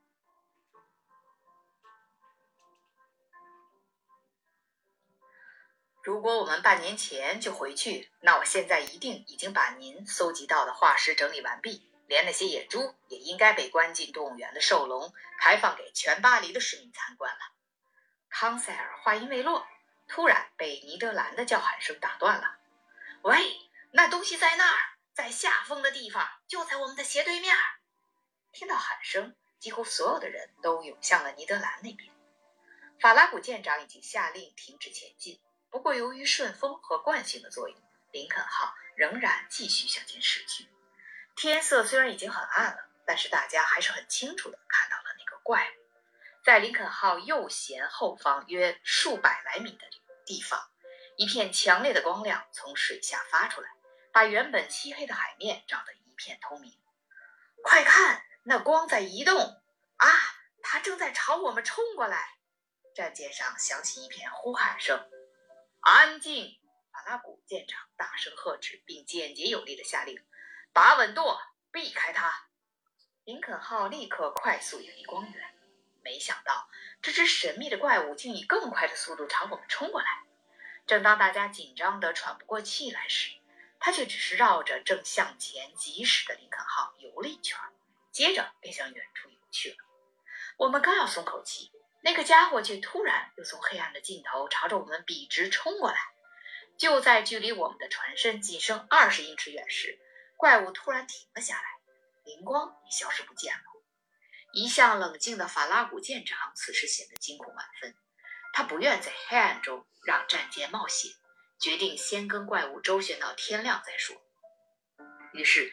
如果我们半年前就回去，那我现在一定已经把您搜集到的化石整理完毕，连那些野猪也应该被关进动物园的兽笼，开放给全巴黎的市民参观了。康塞尔话音未落，突然被尼德兰的叫喊声打断了。喂，那东西在那儿，在下风的地方，就在我们的斜对面。听到喊声，几乎所有的人都涌向了尼德兰那边。法拉古舰长已经下令停止前进，不过由于顺风和惯性的作用，林肯号仍然继续向前驶去。天色虽然已经很暗了，但是大家还是很清楚地看到了那个怪物。在林肯号右舷后方约数百来米的地方，一片强烈的光亮从水下发出来，把原本漆黑的海面照得一片透明。快看，那光在移动啊！它正在朝我们冲过来。战舰上响起一片呼喊声。安静！法拉古舰长大声喝止，并简洁有力地下令：把稳舵，避开它。林肯号立刻快速远离光源。没想到这只神秘的怪物竟以更快的速度朝我们冲过来。正当大家紧张得喘不过气来时，它却只是绕着正向前疾驶的林肯号游了一圈，接着便向远处游去了。我们刚要松口气，那个家伙却突然又从黑暗的尽头朝着我们笔直冲过来。就在距离我们的船身仅剩二十英尺远时，怪物突然停了下来，灵光也消失不见了。一向冷静的法拉古舰长此时显得惊恐万分，他不愿在黑暗中让战舰冒险，决定先跟怪物周旋到天亮再说。于是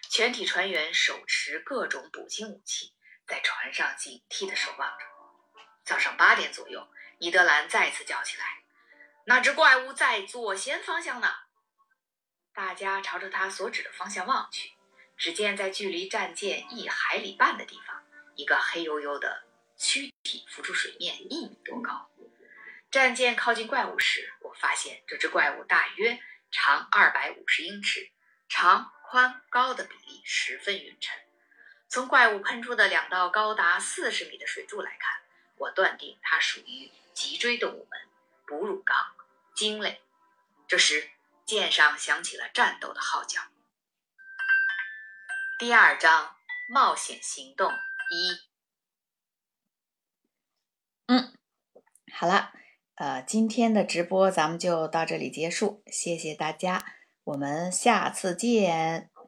全体船员手持各种补给武器，在船上警惕地守望着。早上八点左右，尼德兰再次叫起来：“那只怪物在左舷方向呢！”大家朝着他所指的方向望去，只见在距离战舰一海里半的地方，一个黑黝黝的躯体浮出水面一米多高。战舰靠近怪物时，我发现这只怪物大约长二百五十英尺，长、宽、高的比例十分匀称。从怪物喷出的两道高达四十米的水柱来看，我断定它属于脊椎动物门哺乳纲鲸类。这时舰上响起了战斗的号角。第二章冒险行动一。 嗯，好了，呃，今天的直播咱们就到这里结束，谢谢大家，我们下次见。